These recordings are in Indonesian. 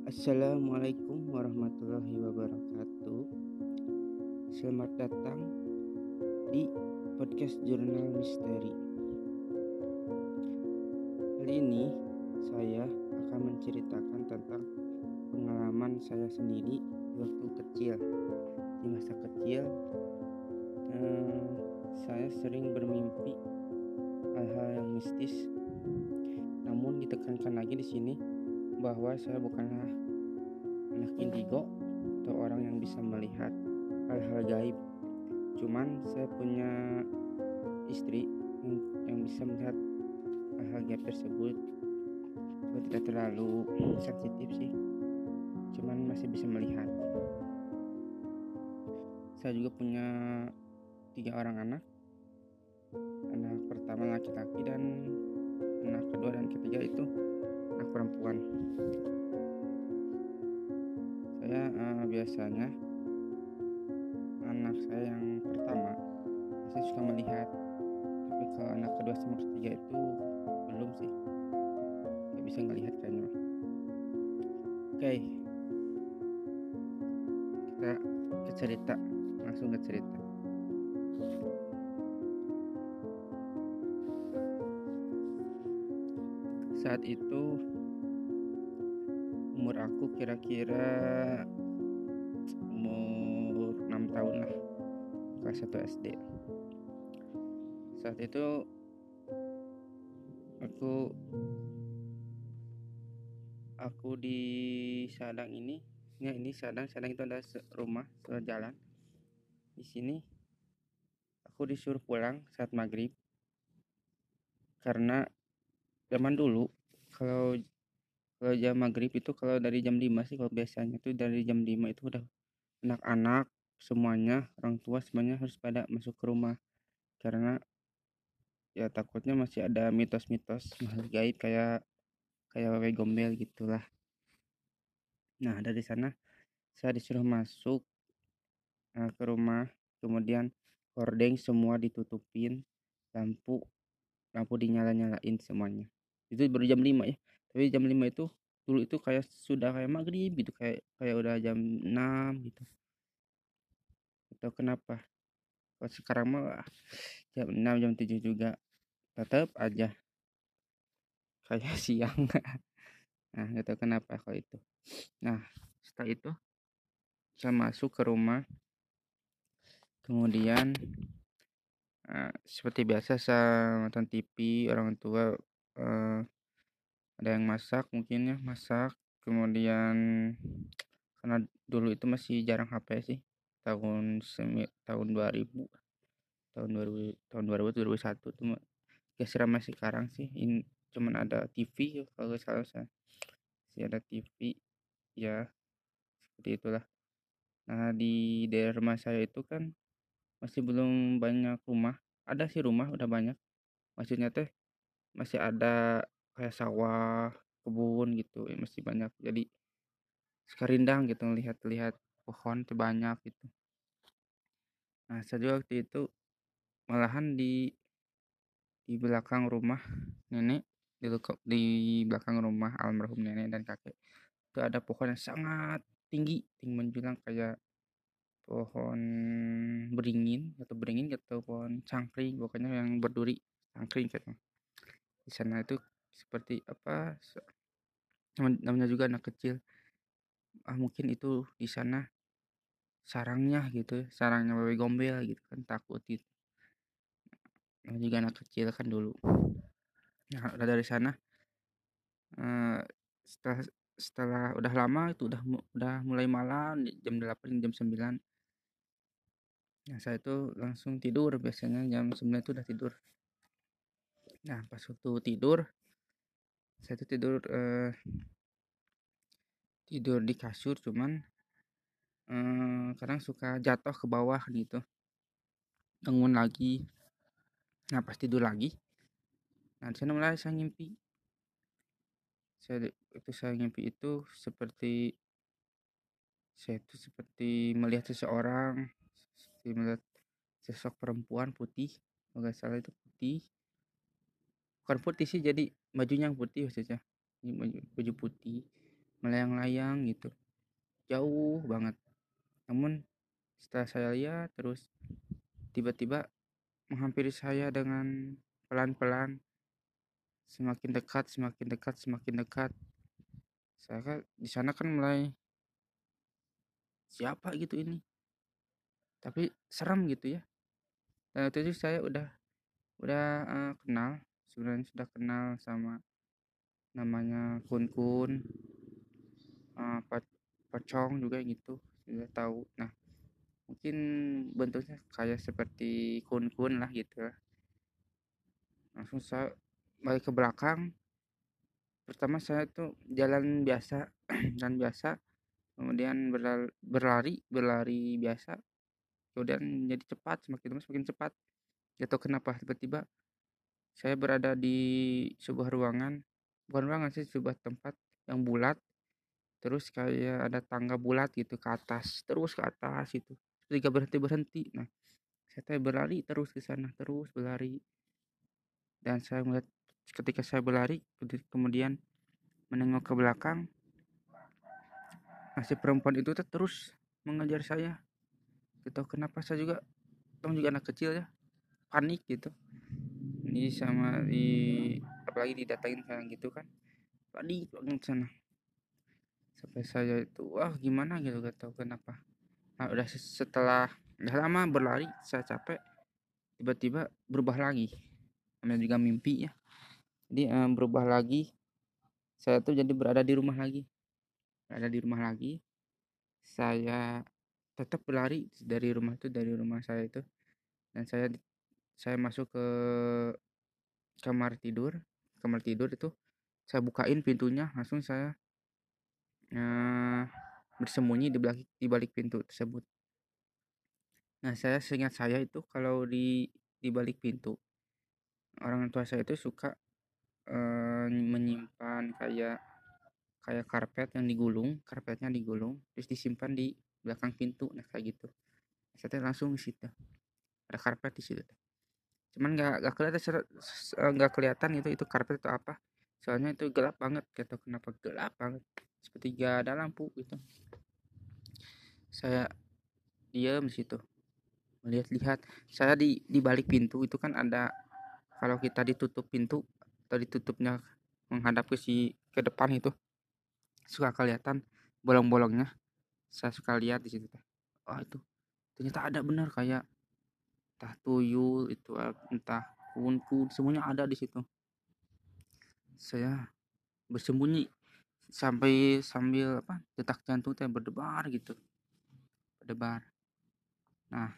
Assalamualaikum warahmatullahi wabarakatuh. Selamat datang di podcast Jurnal Misteri. Kali ini saya akan menceritakan tentang pengalaman saya sendiri di waktu kecil. Di masa kecil, saya sering bermimpi hal-hal yang mistis. Namun ditekankan lagi di sini bahwa saya bukanlah anak indigo atau orang yang bisa melihat hal-hal gaib. Cuman saya punya istri yang bisa melihat hal-hal gaib tersebut. Saya tidak terlalu sensitif sih, cuman masih bisa melihat. Saya juga punya 3 orang anak. Anak pertama laki-laki dan anak kedua dan ketiga itu anak perempuan. Saya biasanya anak saya yang pertama masih suka melihat, tapi kalau anak kedua sama ketiga itu belum sih, nggak bisa ngelihat kayaknya. Oke, kita ke cerita, langsung ke cerita. Saat itu umur aku kira-kira umur 6 tahun lah, kelas 1 SD. Saat itu aku di Sadang ini, ya ini Sadang itu ada rumah jalan. Di sini aku disuruh pulang saat maghrib karena zaman dulu kalau jam maghrib itu, kalau dari jam 5 sih, kalau biasanya tuh dari jam 5 itu udah anak-anak semuanya, orang tua semuanya harus pada masuk ke rumah, karena ya takutnya masih ada mitos-mitos makhluk gaib kayak wewe gombel gitulah. Nah, dari sana saya disuruh masuk ke rumah, kemudian hordeng semua ditutupin, lampu dinyala-nyalain semuanya. Itu baru jam 5 ya. Tapi jam 5 itu dulu itu kayak sudah kayak maghrib gitu, kayak udah jam 6 gitu. Atau kenapa? Kalau sekarang mah jam 6 jam 7 juga tetap aja kayak siang. Nah, nggak tahu kenapa kalau itu. Nah, setelah itu saya masuk ke rumah, kemudian seperti biasa saya nonton TV, orang tua ada yang masak, mungkin ya masak. Kemudian karena dulu itu masih jarang HP sih, tahun 2000 tahun 2001 tuh gak seramai sekarang sih. Cuman ada TV kalau salah saya sih, ada TV ya, seperti itulah. Nah, di daerah rumah saya itu kan masih belum banyak rumah. Ada sih rumah udah banyak, maksudnya teh masih ada kayak sawah, kebun gitu, masih banyak. Jadi sekarindang gitu lihat pohon tuh banyak gitu. Nah, saya juga waktu itu malahan di belakang rumah nenek, di belakang rumah almarhum nenek dan kakek itu ada pohon yang sangat tinggi menjulang, kayak pohon beringin atau pohon cangkring, pokoknya yang berduri cangkring kayaknya. Di sana itu seperti apa, namanya juga anak kecil, mungkin itu di sana sarangnya gitu, sarangnya wewe gombel gitu kan, takut gitu. Namanya juga anak kecil kan dulu. Nah, dari sana setelah setelah udah lama itu udah mulai malam, jam 8 jam 9. Nah, saya itu langsung tidur, biasanya jam 9 itu udah tidur. Nah, pas waktu tidur saya itu tidur di kasur, cuman kadang suka jatuh ke bawah gitu, bangun lagi. Nah, pas tidur lagi, nah saya mulai saya ngimpi. Saya ngimpi itu seperti melihat seseorang, seperti melihat sosok perempuan putih, kalau nggak salah itu putih, bukan putih sih, jadi bajunya yang putih maksudnya, ini baju putih. melayang-layang gitu, jauh banget. Namun setelah saya lihat terus, tiba-tiba menghampiri saya dengan pelan-pelan, semakin dekat, semakin dekat, semakin dekat. Saya kan di sana kan mulai, siapa gitu ini, tapi serem gitu ya. Dan itu sih saya udah kenal, sebenarnya sudah kenal sama namanya kun kun, pocong juga gitu, sudah tahu. Nah, mungkin bentuknya kayak seperti kun kun lah gitu lah. Langsung saya balik ke belakang. Pertama saya tuh jalan biasa, jalan biasa, kemudian berlari biasa, kemudian jadi cepat, semakin lama semakin cepat. Gak tahu kenapa tiba-tiba saya berada di sebuah ruangan, bukan ruangan sih, sebuah tempat yang bulat, terus kayak ada tangga bulat gitu ke atas, terus ke atas itu. Ketika berhenti. Nah, saya berlari terus ke sana, terus berlari. Dan saya melihat ketika saya berlari, kemudian menengok ke belakang, nah si perempuan itu terus mengejar saya. Gitu kenapa, saya juga, tong juga anak kecil ya, panik gitu. Ini sama apalagi didatangin kayak gitu kan, panik banget sana. Sampai saya itu wah gimana gitu, gak tahu kenapa. Nah udah setelah udah lama berlari, saya capek, tiba-tiba berubah lagi. Namanya juga mimpi ya. Jadi berubah lagi, saya tuh jadi berada di rumah lagi. Berada di rumah lagi, saya tetap berlari dari rumah itu, dari rumah saya itu. Dan saya masuk ke kamar tidur. Kamar tidur itu saya bukain pintunya, langsung saya eh, bersembunyi di balik pintu tersebut. Nah, saya seingat saya itu kalau di balik pintu, orang tua saya itu suka menyimpan kayak kayak karpetnya digulung, terus disimpan di belakang pintu. Nah, kayak gitu. Saya langsung di situ. Ada karpet di situ. Cuman nggak kelihatan itu karpet itu apa. Soalnya itu gelap banget, gitu. Kenapa gelap banget? Seperti gak ada lampu gitu. Saya diam di situ, melihat-lihat. Saya di balik pintu itu kan ada, kalau kita ditutup pintu atau ditutupnya menghadap ke depan itu, suka kelihatan bolong-bolongnya. Saya suka lihat di situ. Oh itu ternyata ada benar, kayak entah tuyul itu, entah kun semuanya ada di situ. Saya bersembunyi sambil apa, detak jantung saya berdebar gitu, berdebar. Nah,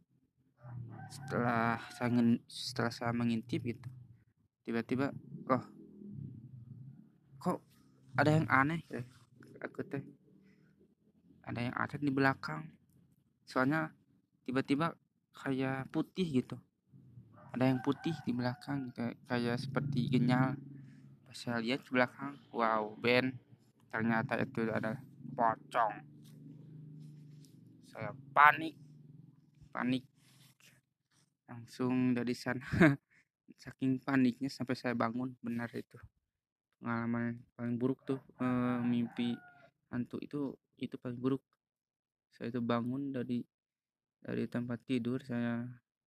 setelah saya mengintip gitu, tiba-tiba oh kok ada yang aneh ya. Aku teh ada yang aneh di belakang, soalnya tiba-tiba kayak putih gitu, ada yang putih di belakang, kayak seperti genyal. Pas saya lihat ke belakang, wow, Ben, ternyata itu adalah pocong. Saya panik langsung dari sana. Saking paniknya sampai saya bangun. Benar itu pengalaman paling buruk tuh, mimpi hantu itu paling buruk. Saya itu bangun dari tempat tidur saya,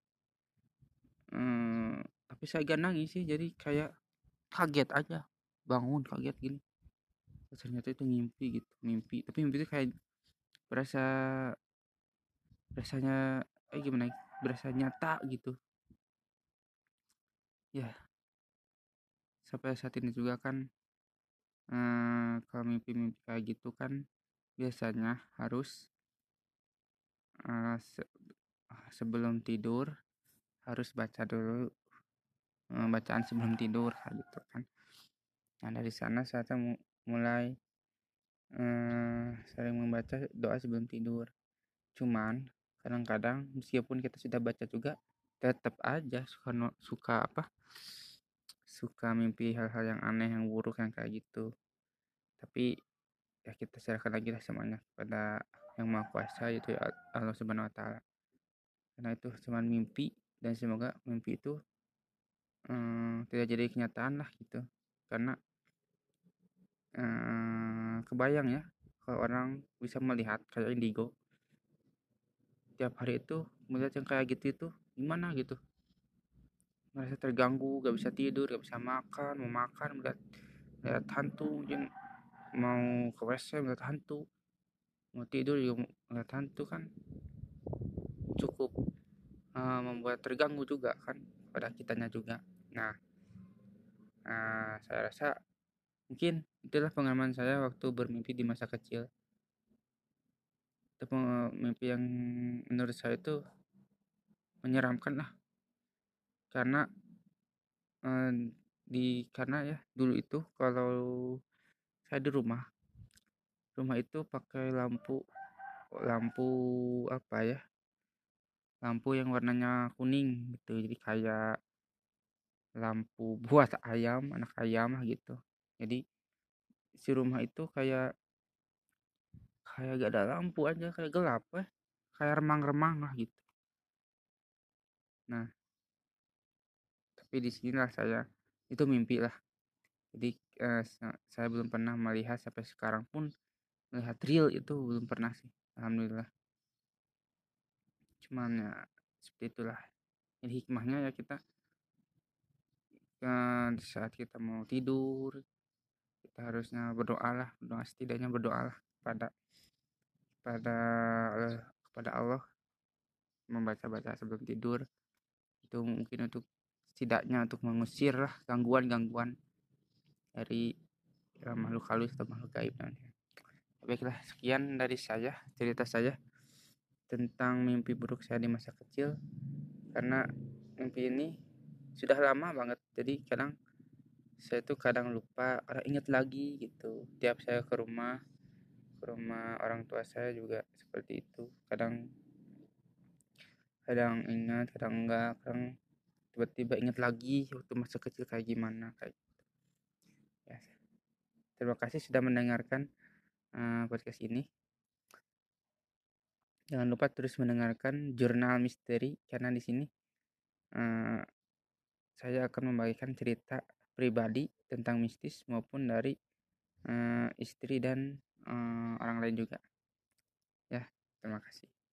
tapi saya gak nangis sih, jadi kayak kaget aja, bangun kaget gini. Ternyata itu mimpi, tapi mimpi itu kayak berasa rasanya gimana ya, berasa nyata gitu ya. Sampai saat ini juga kan, kalau mimpi-mimpi kayak gitu kan biasanya harus, eh, se- sebelum tidur harus baca dulu, bacaan sebelum tidur kayak gitu kan. Nah dari sana saya tuh mulai sering membaca doa sebelum tidur. Cuman kadang-kadang meskipun kita sudah baca juga, tetap aja suka apa, suka mimpi hal-hal yang aneh, yang buruk, yang kayak gitu. Tapi ya kita serahkan lagi lah semuanya kepada yang maha kuasa, yaitu Allah Subhanahu Wa Taala. Karena itu cuma mimpi, dan semoga mimpi itu tidak jadi kenyataan lah gitu. Karena kebayang ya kalau orang bisa melihat kayak indigo tiap hari itu, melihat yang kayak gitu itu gimana gitu, merasa terganggu, gak bisa tidur, gak bisa makan, mau makan melihat hantu, mungkin mau ke WC melihat hantu, mau tidur juga melihat hantu kan cukup membuat terganggu juga kan pada kitanya juga. Nah, saya rasa mungkin itulah pengalaman saya waktu bermimpi di masa kecil. Itu mimpi yang menurut saya itu menyeramkan lah, karena eh, karena ya dulu itu kalau saya di rumah itu pakai lampu lampu apa ya, lampu yang warnanya kuning gitu, jadi kayak lampu buat ayam, anak ayam lah gitu. Jadi si rumah itu kayak kayak gak ada lampu aja, kayak gelap kayak remang-remang lah gitu. Nah, tapi di sinilah saya, itu mimpi lah. Jadi saya belum pernah melihat, sampai sekarang pun melihat real itu belum pernah sih, alhamdulillah. Cuman ya seperti itulah. Jadi hikmahnya ya kita di saat kita mau tidur, kita harusnya berdoa lah, berdoa, setidaknya berdoa lah pada pada kepada Allah, membaca-baca sebelum tidur. Itu mungkin untuk setidaknya untuk mengusir lah gangguan-gangguan dari makhluk halus atau makhluk gaib nanti. Baiklah, sekian dari saya, cerita saya tentang mimpi buruk saya di masa kecil. Karena mimpi ini sudah lama banget, jadi kadang saya tuh kadang lupa, kadang ingat lagi gitu. Tiap saya ke rumah orang tua saya juga seperti itu. Kadang kadang ingat, kadang enggak, kadang tiba-tiba ingat lagi waktu masa kecil kayak gimana kayak gitu. Ya. Terima kasih sudah mendengarkan podcast ini. Jangan lupa terus mendengarkan Jurnal Misteri, karena di sini uh, saya akan membagikan cerita pribadi tentang mistis maupun dari istri dan orang lain juga. Ya, terima kasih.